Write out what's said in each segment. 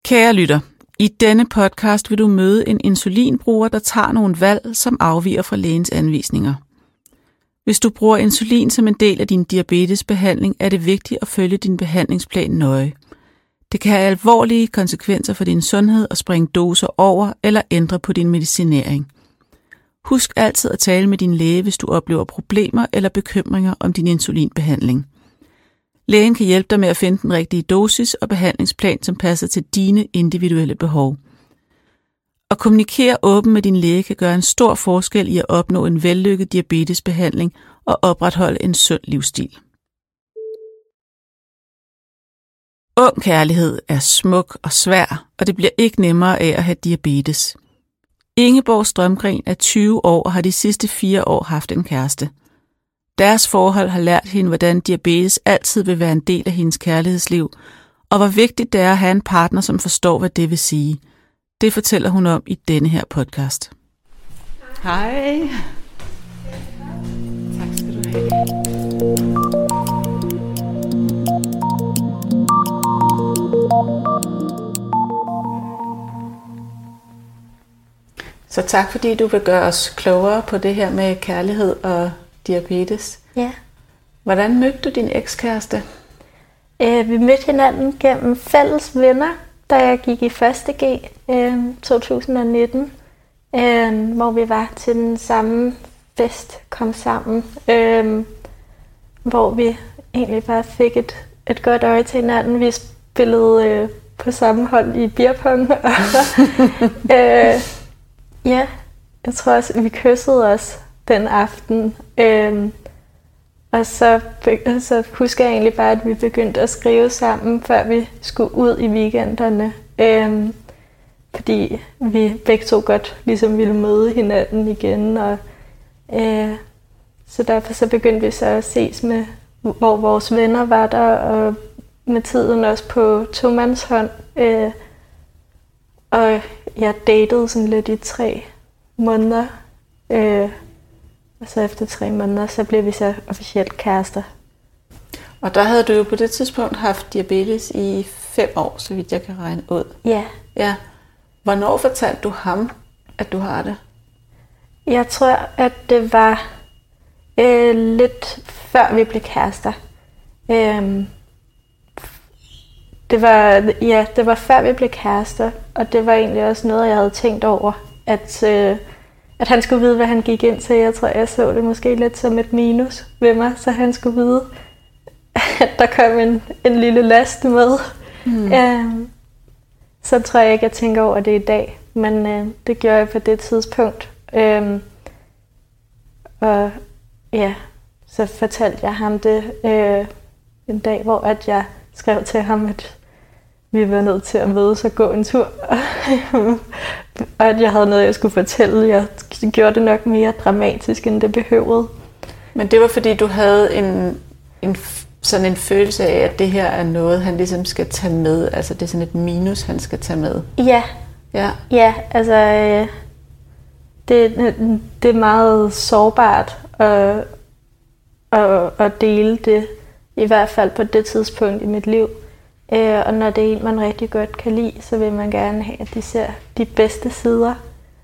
Kære lytter, i denne podcast vil du møde en insulinbruger, der tager nogle valg, som afviger fra lægens anvisninger. Hvis du bruger insulin som en del af din diabetesbehandling, er det vigtigt at følge din behandlingsplan nøje. Det kan have alvorlige konsekvenser for din sundhed at springe doser over eller ændre på din medicinering. Husk altid at tale med din læge, hvis du oplever problemer eller bekymringer om din insulinbehandling. Lægen kan hjælpe dig med at finde den rigtige dosis og behandlingsplan, som passer til dine individuelle behov. At kommunikere åbent med din læge kan gøre en stor forskel i at opnå en vellykket diabetesbehandling og opretholde en sund livsstil. Ung kærlighed er smuk og svær, og det bliver ikke nemmere af at have diabetes. Ingeborg Strømgren er 20 år og har de sidste 4 år haft en kæreste. Deres forhold har lært hende, hvordan diabetes altid vil være en del af hendes kærlighedsliv, og hvor vigtigt det er at have en partner, som forstår, hvad det vil sige. Det fortæller hun om i denne her podcast. Hej. Tak skal du have. Så tak fordi du vil gøre os klogere på det her med kærlighed og diabetes. Ja. Hvordan mødte du din ekskæreste? Vi mødte hinanden gennem fælles venner, da jeg gik i 1.G 2019, hvor vi var til den samme fest, kom sammen, hvor vi egentlig bare fik et godt øje til hinanden. Vi spillede på samme hold i beerpong. Ja, jeg tror også, vi kyssede os den aften. Og så husker jeg egentlig bare, at vi begyndte at skrive sammen, før vi skulle ud i weekenderne. Fordi vi begge to godt ligesom ville møde hinanden igen. Og, så derfor så begyndte vi så at ses med, hvor vores venner var der, og med tiden også på tomandshånd. Og jeg datede sådan lidt i 3 måneder. Og så efter 3 måneder, så blev vi så officielt kærester. Og der havde du jo på det tidspunkt haft diabetes i 5 år, så vidt jeg kan regne ud. Ja. Ja. Hvornår fortalte du ham, at du har det? Jeg tror, at det var lidt før vi blev kærester. Det var før vi blev kærester, og det var egentlig også noget, jeg havde tænkt over, at han skulle vide, hvad han gik ind til. Jeg tror, jeg så det måske lidt som et minus ved mig, så han skulle vide, at der kom en lille last med. Så tror jeg ikke, jeg tænker over det i dag, men det gjorde jeg på det tidspunkt. Og ja, så fortalte jeg ham det en dag, hvor at jeg skrev til ham, at vi var nødt til at mødes og gå en tur. Og at jeg havde noget, jeg skulle fortælle. Jeg gjorde det nok mere dramatisk, end det behøvede. Men det var fordi, du havde sådan en følelse af, at det her er noget, han ligesom skal tage med. Altså det er sådan et minus, han skal tage med. Ja. Ja. Ja, altså det er meget sårbart at dele det. I hvert fald på det tidspunkt i mit liv. Og når det er en, man rigtig godt kan lide, så vil man gerne have, at de ser de bedste sider.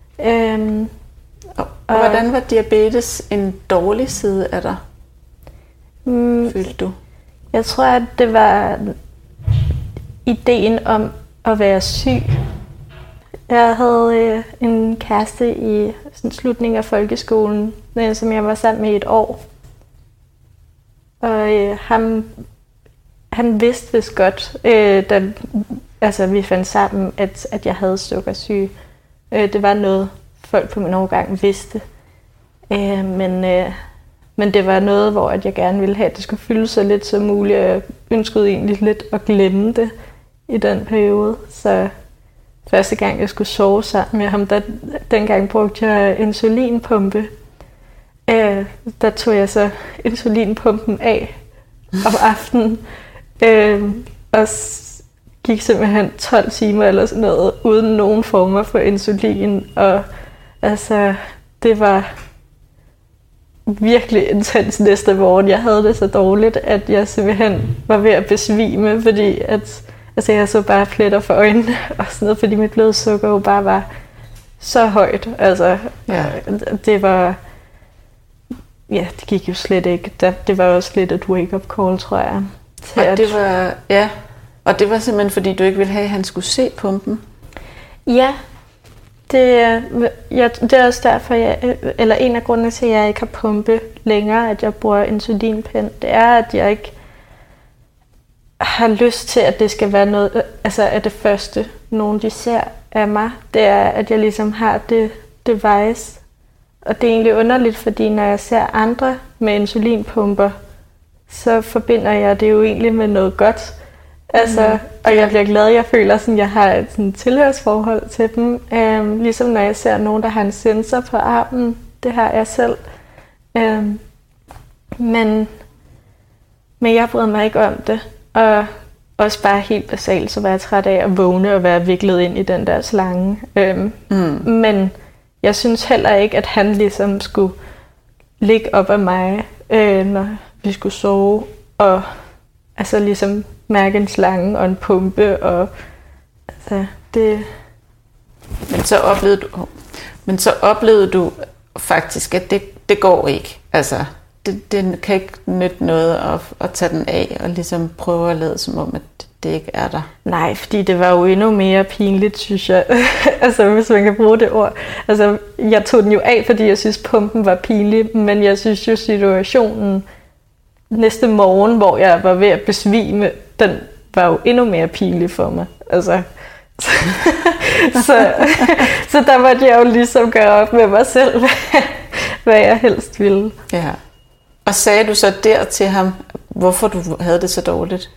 Og hvordan var diabetes en dårlig side af dig, følte du? Jeg tror, at det var ideen om at være syg. Jeg havde en kæreste i slutningen af folkeskolen, som jeg var sammen med i 1 år. Og han vidste vist godt, da vi fandt sammen, at jeg havde sukkersyge. Det var noget, folk på min årgang vidste. Men det var noget, hvor at jeg gerne ville have, at det skulle fylde så lidt som muligt. Jeg ønskede egentlig lidt at glemme det i den periode. Så første gang, jeg skulle sove sammen med ham, dengang brugte jeg insulinpumpe. Der tog jeg så insulinpumpen af om aftenen. Og gik simpelthen 12 timer eller sådan noget, uden nogen former for insulin. Og altså, det var virkelig intens næste morgen. Jeg havde det så dårligt, at jeg simpelthen var ved at besvime, fordi at Altså jeg så bare pletter for øjnene og sådan noget, fordi mit blodsukker jo bare var så højt. Altså det var... Ja, det gik jo slet ikke. Det var også lidt et wake-up call, tror jeg. Og det var simpelthen, fordi du ikke ville have, at han skulle se pumpen? Ja, det er også derfor, eller en af grundene til, at jeg ikke har pumpe længere, at jeg bruger insulinpen, det er, at jeg ikke har lyst til, at det skal være noget, altså at det første, nogen de ser af mig, det er, at jeg ligesom har det device. Og det er egentlig underligt, fordi når jeg ser andre med insulinpumper, så forbinder jeg det jo egentlig med noget godt. Altså, og jeg bliver glad, jeg føler, at jeg har et sådan, tilhørsforhold til dem. Ligesom når jeg ser nogen, der har en sensor på armen. Det har jeg selv. Men jeg bryder mig ikke om det. Og også bare helt basalt, så var jeg træt af at vågne og være viklet ind i den der slange. Men jeg synes heller ikke, at han ligesom skulle ligge op af mig, når vi skulle sove. Og altså ligesom mærke en slange og en pumpe. Og altså det... Men så oplevede du faktisk, at det går ikke. Altså, det kan ikke nytte noget at tage den af og ligesom prøve at lade som om, at det ikke er der. Nej, fordi det var jo endnu mere pinligt, synes jeg. Altså, hvis man kan bruge det ord. Altså, jeg tog den jo af, fordi jeg synes, pumpen var pinlig, men jeg synes jo, situationen næste morgen, hvor jeg var ved at besvime, den var jo endnu mere pinlig for mig. Altså, så der måtte jeg jo ligesom gøre op med mig selv, hvad jeg helst ville. Ja. Og sagde du så der til ham, hvorfor du havde det så dårligt?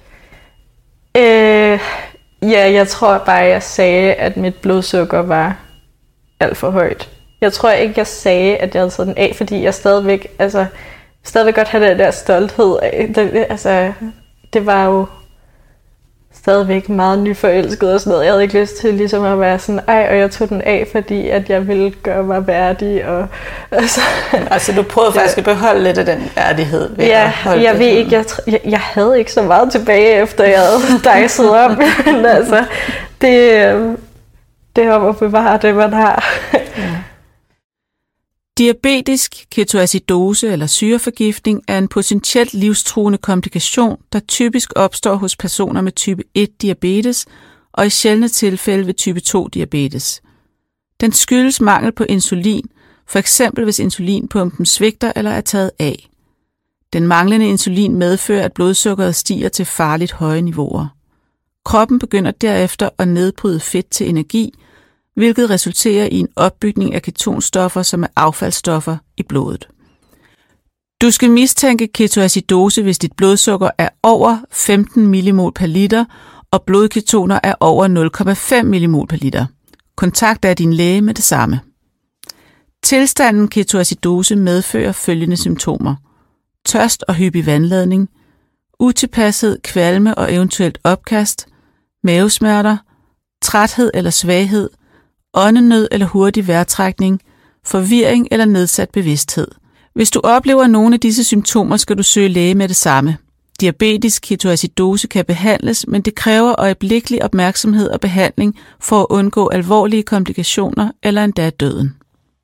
Ja, jeg tror bare, jeg sagde, at mit blodsukker var alt for højt. Jeg tror ikke, jeg sagde, at jeg havde taget den af, fordi jeg stadigvæk godt have den der stolthed af. Det var jo stadigvæk meget nyforelsket og sådan noget. Jeg havde ikke lyst til ligesom at være sådan, og jeg tog den af, fordi at jeg ville gøre mig værdig. Og, altså du prøvede faktisk at beholde lidt af den værdighed? Ved jeg ved ikke, jeg havde ikke så meget tilbage, efter jeg havde dejset op. Men altså, det er om at bevare det, man har. Ja. Diabetisk ketoacidose eller syreforgiftning er en potentielt livstruende komplikation, der typisk opstår hos personer med type 1 diabetes og i sjældne tilfælde ved type 2 diabetes. Den skyldes mangel på insulin, f.eks. hvis insulinpumpen svigter eller er taget af. Den manglende insulin medfører, at blodsukkeret stiger til farligt høje niveauer. Kroppen begynder derefter at nedbryde fedt til energi, hvilket resulterer i en opbygning af ketonstoffer, som er affaldsstoffer i blodet. Du skal mistænke ketoacidose, hvis dit blodsukker er over 15 millimol per liter, og blodketoner er over 0,5 millimol per liter. Kontakt af din læge med det samme. Tilstanden ketoacidose medfører følgende symptomer: tørst og hyppig vandladning, utilpashed, kvalme og eventuelt opkast, mavesmerter, træthed eller svaghed, åndenød eller hurtig vejrtrækning, forvirring eller nedsat bevidsthed. Hvis du oplever nogle af disse symptomer, skal du søge læge med det samme. Diabetisk ketoacidose kan behandles, men det kræver øjeblikkelig opmærksomhed og behandling for at undgå alvorlige komplikationer eller endda døden.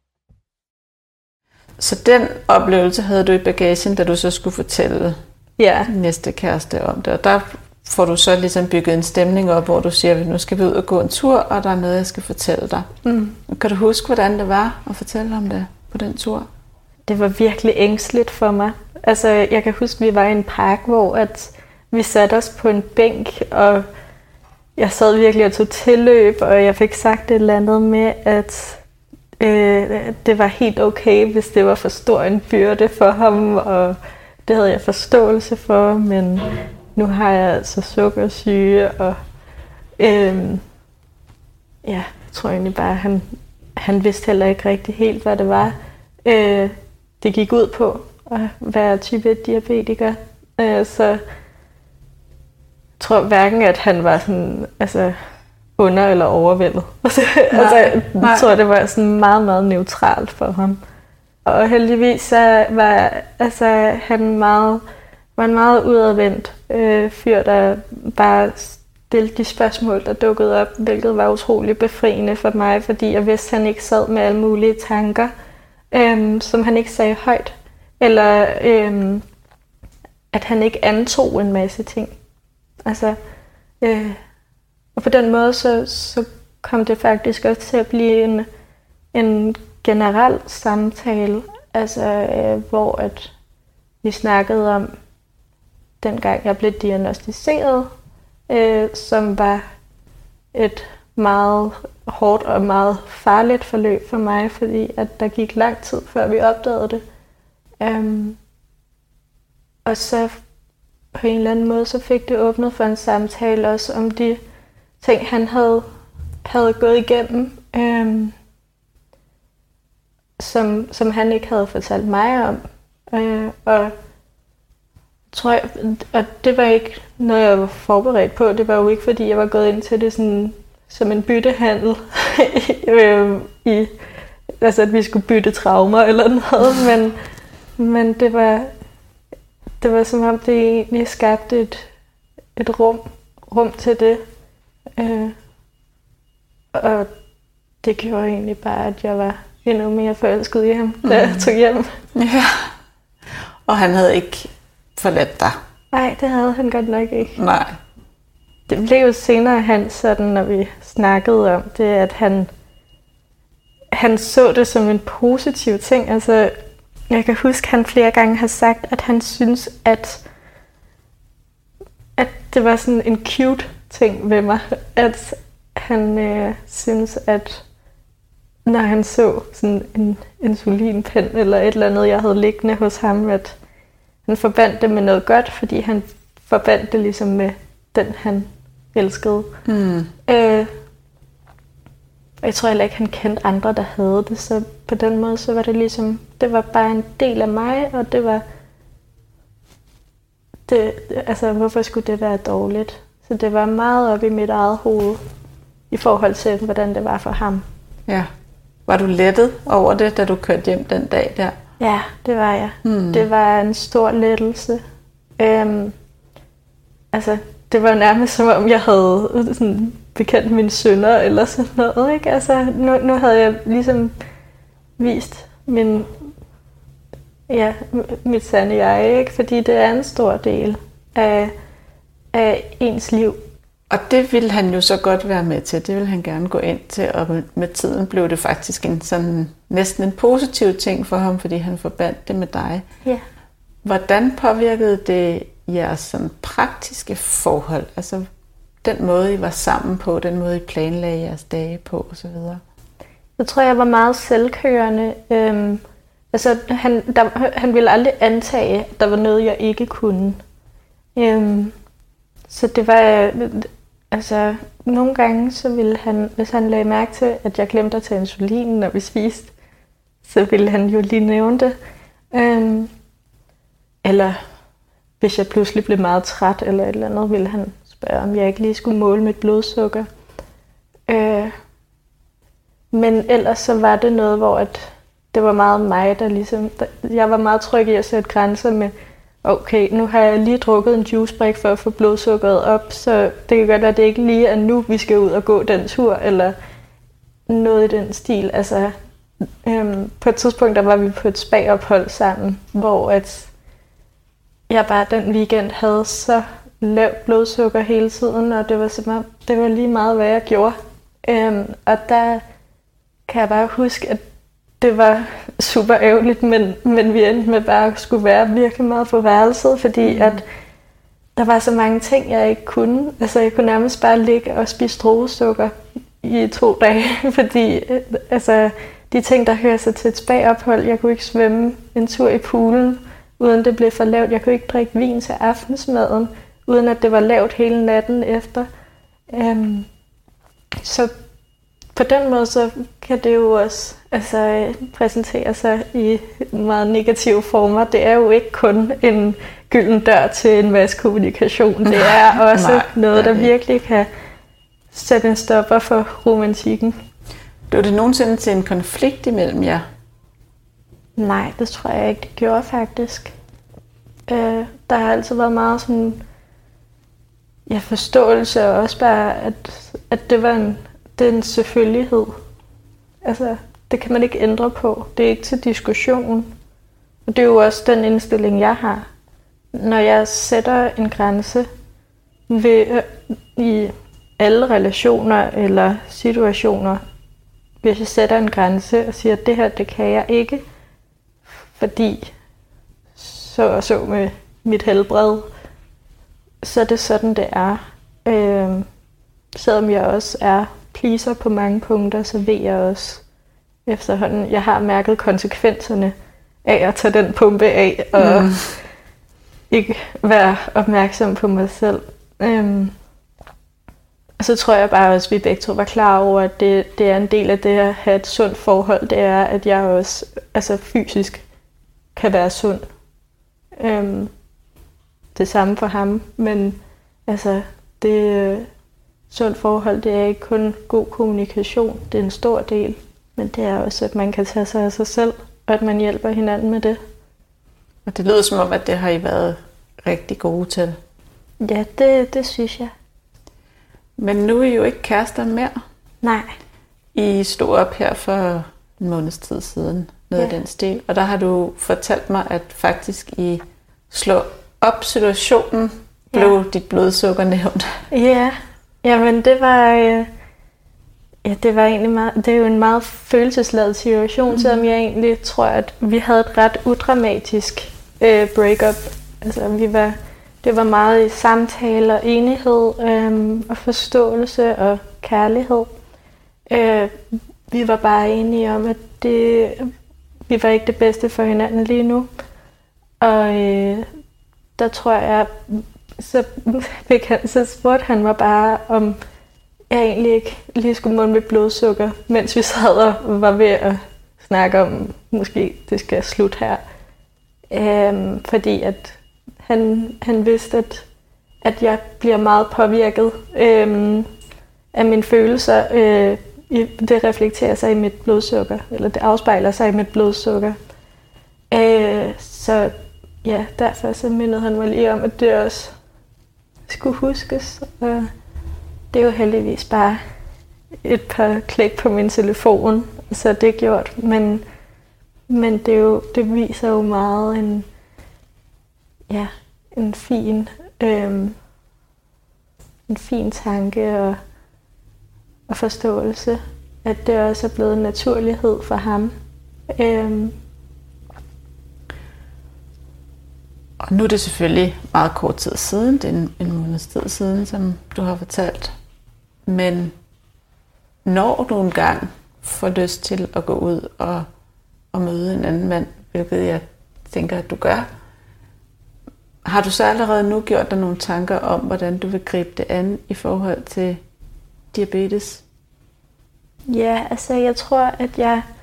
Så den oplevelse havde du i bagagen, da du så skulle fortælle næste kæreste om det. Og der får du så ligesom bygget en stemning op, hvor du siger, at nu skal vi ud og gå en tur, og der er noget, jeg skal fortælle dig. Kan du huske, hvordan det var at fortælle om det på den tur? Det var virkelig ængsteligt for mig. Altså, jeg kan huske, at vi var i en park, hvor at vi satte os på en bænk, og jeg sad virkelig og tog tilløb, og jeg fik sagt et eller andet med, at det var helt okay, hvis det var for stor en byrde for ham, og det havde jeg forståelse for, men nu har jeg altså sukkersyge, og jeg tror egentlig bare, han vidste heller ikke rigtig helt, hvad det var. Det gik ud på at være type 1 diabetiker, så jeg tror hverken, at han var sådan, altså under- eller overvældet. Jeg tror, det var sådan meget, meget neutralt for ham. Og heldigvis så var han en meget udadvendt fyr, der bare stille de spørgsmål, der dukkede op, hvilket var utrolig befriende for mig, fordi jeg vidste, at han ikke sad med alle mulige tanker, som han ikke sagde højt, eller at han ikke antog en masse ting. Altså, og på den måde, så kom det faktisk også til at blive en generel samtale, altså hvor at vi snakkede om, dengang jeg blev diagnosticeret, som var et meget hårdt og meget farligt forløb for mig, fordi at der gik lang tid, før vi opdagede det. Og så på en eller anden måde, så fik det åbnet for en samtale også om de ting, han havde gået igennem, som han ikke havde fortalt mig om. Og tror jeg, og det var ikke noget, jeg var forberedt på. Det var jo ikke, fordi jeg var gået ind til det sådan, som en byttehandel, altså at vi skulle bytte traumer eller noget, men det var som om, det egentlig skabte et rum til det. Og det gjorde egentlig bare, at jeg var endnu mere forelsket i ham, da jeg tog hjem. Ja. Og han havde ikke forladt dig? Nej, det havde han godt nok ikke. Nej. Det blev jo senere han sådan, når vi snakkede om det, at han så det som en positiv ting. Altså, jeg kan huske, at han flere gange har sagt, at han synes, at det var sådan en cute ting ved mig. At han synes, at når han så sådan en insulinpen eller et eller andet, jeg havde liggende hos ham, at han forbandt det med noget godt, fordi han forbandt det ligesom med den, han elskede. Og jeg tror heller ikke, han kendte andre, der havde det, så på den måde, så var det ligesom, det var bare en del af mig, og det var, altså hvorfor skulle det være dårligt? Så det var meget op i mit eget hoved, i forhold til, hvordan det var for ham. Ja. Var du lettet over det, da du kørte hjem den dag der? Ja, det var jeg. Det var en stor lettelse. Altså, det var nærmest som om, jeg havde sådan bekendt mine synder eller sådan noget, ikke? Altså, nu havde jeg ligesom vist mit sande jeg, ikke? Fordi det er en stor del af ens liv. Og det ville han jo så godt være med til. Det ville han gerne gå ind til, og med tiden blev det faktisk næsten en positiv ting for ham, fordi han forbandt det med dig. Ja. Hvordan påvirkede det jeres sådan praktiske forhold? Altså den måde, I var sammen på, den måde, I planlagde jeres dage på osv.? Jeg tror, jeg var meget selvkørende. Altså, han ville aldrig antage, at der var noget, jeg ikke kunne. Så det var... Altså, nogle gange, så ville han, hvis han lagde mærke til, at jeg glemte at tage insulin, når vi spiste, så ville han jo lige nævne det. Eller hvis jeg pludselig blev meget træt eller et eller andet, ville han spørge, om jeg ikke lige skulle måle mit blodsukker. Men ellers så var det noget, hvor det var meget mig, der ligesom... Jeg var meget tryg i at sætte grænser med, okay, nu har jeg lige drukket en juicebrik for at få blodsukkeret op, så det kan godt være, at det ikke lige er nu, vi skal ud og gå den tur, eller noget i den stil. Altså, på et tidspunkt, der var vi på et spa-ophold sammen, hvor jeg bare den weekend havde så lavt blodsukker hele tiden, og det var simpelthen, det var lige meget, hvad jeg gjorde. Og der kan jeg bare huske, at det var super ærgerligt, men vi endte med bare at skulle være virkelig meget på værelset, fordi at der var så mange ting, jeg ikke kunne. Altså, jeg kunne nærmest bare ligge og spise druesukker i 2 dage, fordi altså, de ting, der hører sig til et spa-ophold, jeg kunne ikke svømme en tur i poolen, uden det blev for lavt. Jeg kunne ikke drikke vin til aftensmaden, uden at det var lavt hele natten efter. Så på den måde, så kan det jo også præsentere sig i meget negative former. Det er jo ikke kun en gylden dør til en masse kommunikation. Det er også noget, der virkelig kan sætte en stopper for romantikken. Blev det nogensinde til en konflikt imellem jer? Nej, det tror jeg ikke, det gjorde faktisk. Der har altid været meget sådan forståelse, og også bare, at det var en selvfølgelighed. Altså, det kan man ikke ændre på. Det er ikke til diskussion. Og det er jo også den indstilling, jeg har. Når jeg sætter en grænse i alle relationer eller situationer, hvis jeg sætter en grænse og siger, at det her, det kan jeg ikke, fordi så med mit helbred, så er det sådan, det er. Selvom jeg også er pleaser på mange punkter, så ved jeg også efterhånden, jeg har mærket konsekvenserne af at tage den pumpe af, og ikke være opmærksom på mig selv. Og så tror jeg bare også, at vi begge to var klar over, at det er en del af det at have et sundt forhold, det er, at jeg også fysisk kan være sund. Det samme for ham, men det sundt forhold, det er ikke kun god kommunikation, det er en stor del, men det er også, at man kan tage sig af sig selv, og at man hjælper hinanden med det. Og det lyder som om, at det har I været rigtig gode til. Ja, det synes jeg. Men nu er I jo ikke kærester mere. Nej. I stod op her for en måneds tid siden, noget af den stil. Og der har du fortalt mig, at faktisk I slår op situationen, blev dit blodsukker nævnt. Ja, jamen det var egentlig meget, det er jo en meget følelsesladet situation, selvom jeg egentlig tror, at vi havde et ret udramatisk breakup. Altså det var meget i samtale og enighed og forståelse og kærlighed. Vi var bare enige om, at vi var ikke det bedste for hinanden lige nu. Og der tror jeg, så spurgte han mig bare, om jeg egentlig ikke lige skulle måle mit blodsukker, mens vi sad og var ved at snakke om, måske det skal slutte her. Fordi at han vidste, at jeg bliver meget påvirket af mine følelser. Det reflekterer sig i mit blodsukker, eller det afspejler sig i mit blodsukker. Så ja, derfor så mindede han mig lige om, at det også skulle huskes. Og det er jo heldigvis bare et par klik på min telefon, så det er gjort. Men det viser jo meget en fin tanke og forståelse, at det også er blevet en naturlighed for ham. Og nu er det selvfølgelig meget kort tid siden, det er en måneds tid siden, som du har fortalt. Men når du engang får lyst til at gå ud og møde en anden mand, hvilket jeg tænker, at du gør, har du så allerede nu gjort dig nogle tanker om, hvordan du vil gribe det an i forhold til diabetes? Ja, altså jeg tror, at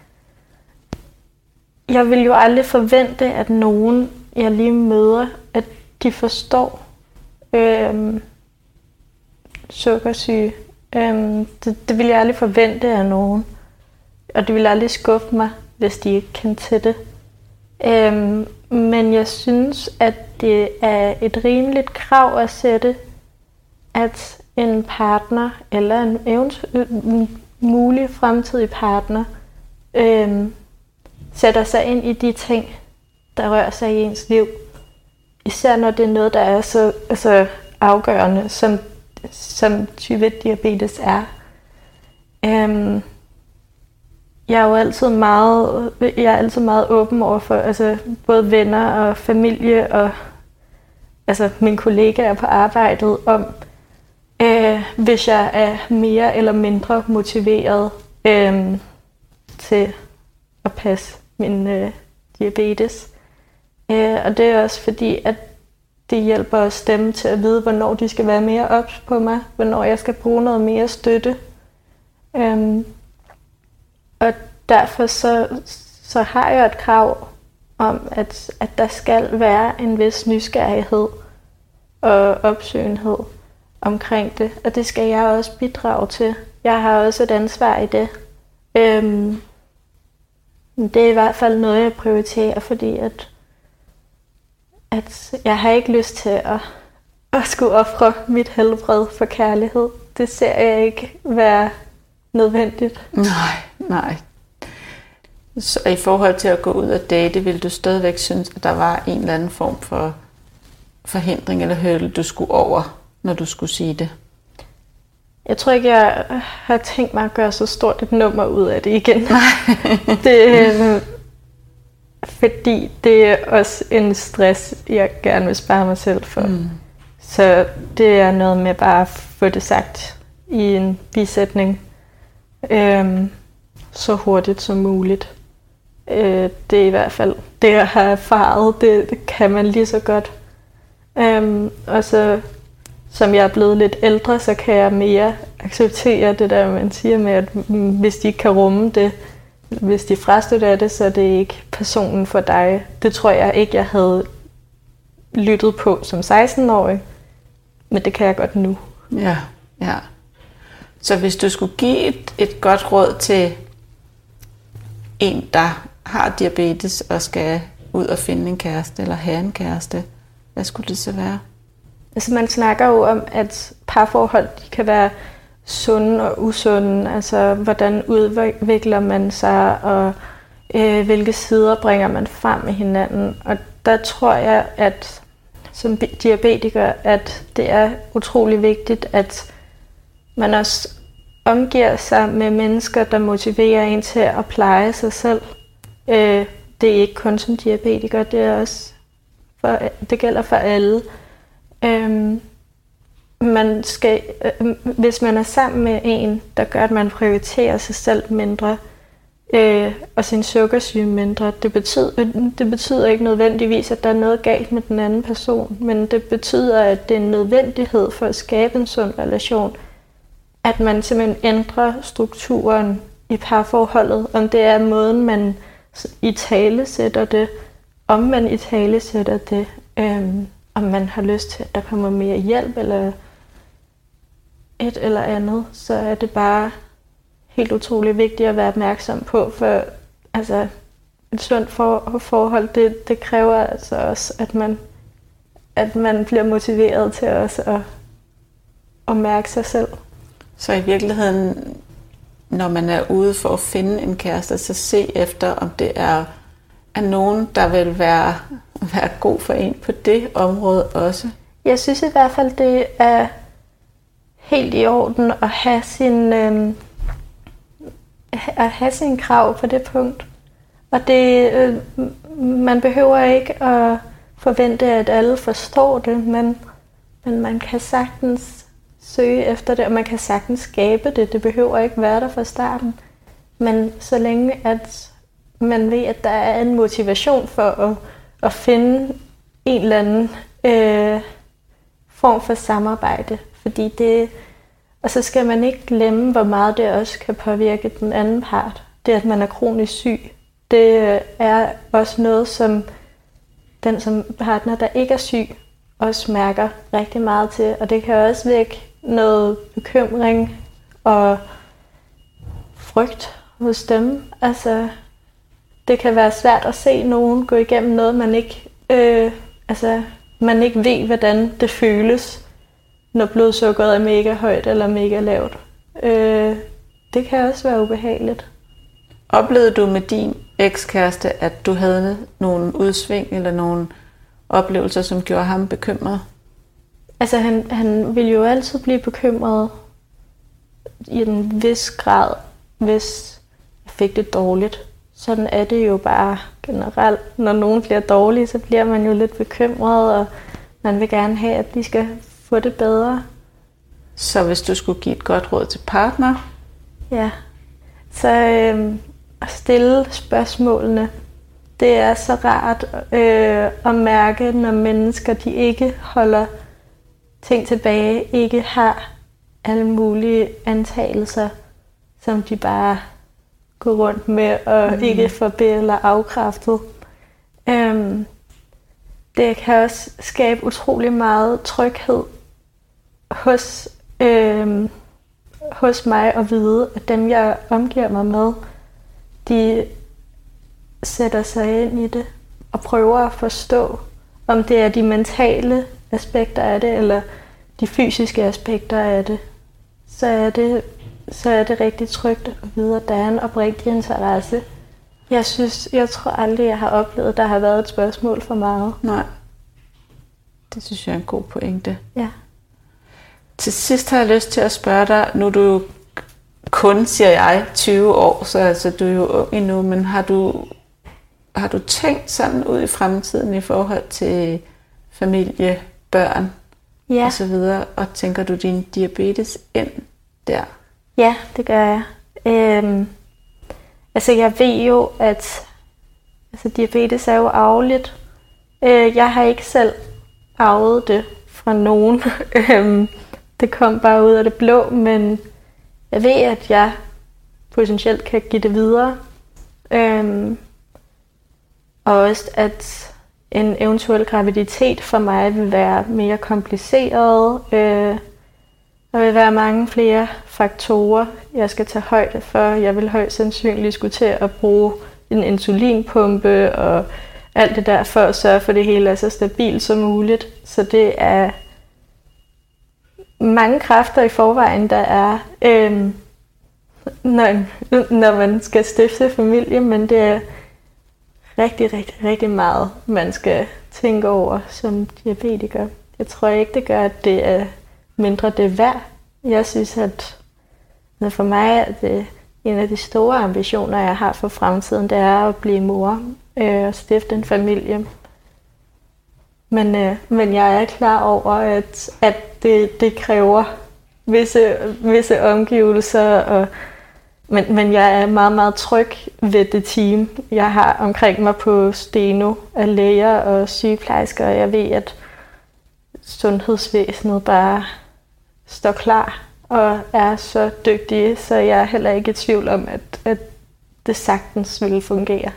jeg vil jo aldrig forvente, at nogen, jeg lige møder, at de forstår sukkersyge. Det vil jeg aldrig forvente af nogen. Og det vil aldrig skuffe mig, hvis de ikke kan til det. Men jeg synes, at det er et rimeligt krav at sætte, at en partner eller en mulig fremtidig partner sætter sig ind i de ting, der rører sig i ens liv. Især når det er noget, der er så afgørende, som type 1 diabetes er. Jeg er jo altid meget åben over for både venner og familie og mine kollegaer på arbejdet om, hvis jeg er mere eller mindre motiveret til at passe min diabetes. Og det er også fordi, at det hjælper os dem til at vide, hvornår de skal være mere ops på mig, hvornår jeg skal bruge noget mere støtte. Og derfor så har jeg et krav om, at der skal være en vis nysgerrighed og opsøgenhed omkring det. Og det skal jeg også bidrage til. Jeg har også et ansvar i det. Det er i hvert fald noget, jeg prioriterer, fordi at jeg har ikke lyst til at skulle ofre mit helbred for kærlighed. Det ser jeg ikke være nødvendigt. Nej. Så i forhold til at gå ud og date, vil du stadigvæk synes, at der var en eller anden form for forhindring eller hurdle, du skulle over, når du skulle sige det? Jeg tror ikke, jeg har tænkt mig at gøre så stort et nummer ud af det igen. Fordi det er også en stress, jeg gerne vil spare mig selv for. Så det er noget med bare at få det sagt i en bisætning så hurtigt som muligt. Det er i hvert fald det, jeg har erfaret. Det kan man lige så godt. Og så, som jeg er blevet lidt ældre, så kan jeg mere acceptere det der, man siger med, at hvis de ikke kan rumme det, hvis de frastøtter det, så er det ikke personen for dig. Det tror jeg ikke, jeg havde lyttet på som 16-årig, men det kan jeg godt nu. Ja. Så hvis du skulle give et godt råd til en, der har diabetes og skal ud og finde en kæreste eller have en kæreste, hvad skulle det så være? Altså man snakker jo om, at parforhold de kan være sunde og usunde. Altså hvordan udvikler man sig, og hvilke sider bringer man frem med hinanden. Og der tror jeg, at som diabetiker, at det er utrolig vigtigt, at man også omgiver sig med mennesker, der motiverer en til at pleje sig selv. Det er ikke kun som diabetiker, det er også det gælder for alle. Man skal, hvis man er sammen med en, der gør, at man prioriterer sig selv mindre, og sin sukkersyge mindre, det betyder ikke nødvendigvis, at der er noget galt med den anden person, men det betyder, at det er en nødvendighed for at skabe en sund relation, at man simpelthen ændrer strukturen i parforholdet, om det er måden, man italesætter det, om man italesætter det, om man har lyst til, at der kommer mere hjælp eller et eller andet, så er det bare helt utroligt vigtigt at være opmærksom på, for altså, et sundt forhold, det kræver altså også, at man bliver motiveret til også at mærke sig selv. Så i virkeligheden, når man er ude for at finde en kæreste, så se efter, om det er nogen, der vil være god for en på det område også. Jeg synes i hvert fald, det er helt i orden at have sin krav på det punkt. Og man behøver ikke at forvente, at alle forstår det, men man kan sagtens søge efter det, og man kan sagtens skabe det. Det behøver ikke være der fra starten. Men så længe at man ved, at der er en motivation for at finde en eller anden form for samarbejde. Fordi og så skal man ikke glemme, hvor meget det også kan påvirke den anden part. Det, at man er kronisk syg, det er også noget, som den som partner, der ikke er syg, også mærker rigtig meget til. Og det kan også vække noget bekymring og frygt hos dem. Altså, det kan være svært at se nogen gå igennem noget, man ikke ved, hvordan det føles, når blodsukkeret er mega højt eller mega lavt. Det kan også være ubehageligt. Oplevede du med din ekskæreste, at du havde nogle udsving eller nogle oplevelser, som gjorde ham bekymret? Altså han ville jo altid blive bekymret i en vis grad, hvis jeg fik det dårligt. Sådan er det jo bare generelt. Når nogen bliver dårlige, så bliver man jo lidt bekymret, og man vil gerne have, at de skal få det bedre. Så hvis du skulle give et godt råd til partner? Ja, så at stille spørgsmålene. Det er så rart at mærke, når mennesker de ikke holder ting tilbage, ikke har alle mulige antagelser, som de bare går rundt med og ikke forbi eller afkræftet. Det kan også skabe utrolig meget tryghed hos mig at vide, at dem jeg omgiver mig med, de sætter sig ind i det og prøver at forstå, om det er de mentale aspekter af det, eller de fysiske aspekter af det, så er det rigtig trygt at vide, at der er en oprigtig interesse. Jeg tror aldrig, jeg har oplevet, at der har været et spørgsmål for meget. Nej. Det synes jeg er en god pointe. Ja. Til sidst har jeg lyst til at spørge dig, nu er du jo kun, siger jeg, 20 år, så altså, du er jo ung endnu, men har du tænkt sådan ud i fremtiden i forhold til familie, børn og så videre, og tænker du din diabetes ind der? Ja, det gør jeg. Jeg ved jo, at diabetes er jo arveligt. Jeg har ikke selv arvet det fra nogen. Det kom bare ud af det blå, men jeg ved, at jeg potentielt kan give det videre. Og også, at en eventuel graviditet for mig vil være mere kompliceret. Der vil være mange flere faktorer, jeg skal tage højde for. Jeg vil højst sandsynligt skulle til at bruge en insulinpumpe og alt det der, for at sørge for, at det hele er så stabilt som muligt. Så det er mange kræfter i forvejen, der er, når man skal stifte familie, men det er rigtig, rigtig, rigtig meget, man skal tænke over som diabetiker. Jeg tror ikke, det gør, at det er mindre det værd. Jeg synes, at for mig er det en af de store ambitioner, jeg har for fremtiden, det er at blive mor og stifte en familie. Men jeg er klar over, at det kræver visse omgivelser, men jeg er meget, meget tryg ved det team, jeg har omkring mig på Steno af læger og sygeplejersker. Jeg ved, at sundhedsvæsenet bare står klar og er så dygtige, så jeg er heller ikke i tvivl om, at det sagtens vil fungere.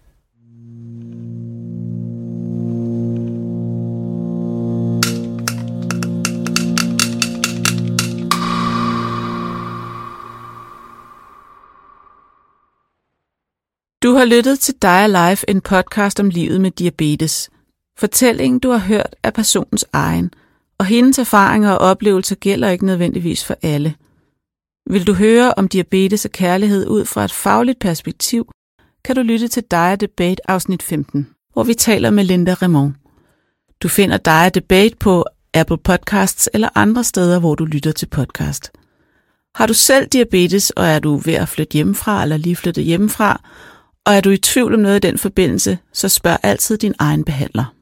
Du har lyttet til Dig Alive, en podcast om livet med diabetes. Fortællingen, du har hørt, er personens egen, og hendes erfaringer og oplevelser gælder ikke nødvendigvis for alle. Vil du høre om diabetes og kærlighed ud fra et fagligt perspektiv, kan du lytte til Dig Debate afsnit 15, hvor vi taler med Linda Raymond. Du finder Dig Debate på Apple Podcasts eller andre steder, hvor du lytter til podcast. Har du selv diabetes, og er du ved at flytte hjemmefra eller lige flyttet hjemmefra, og er du i tvivl om noget i den forbindelse, så spørg altid din egen behandler.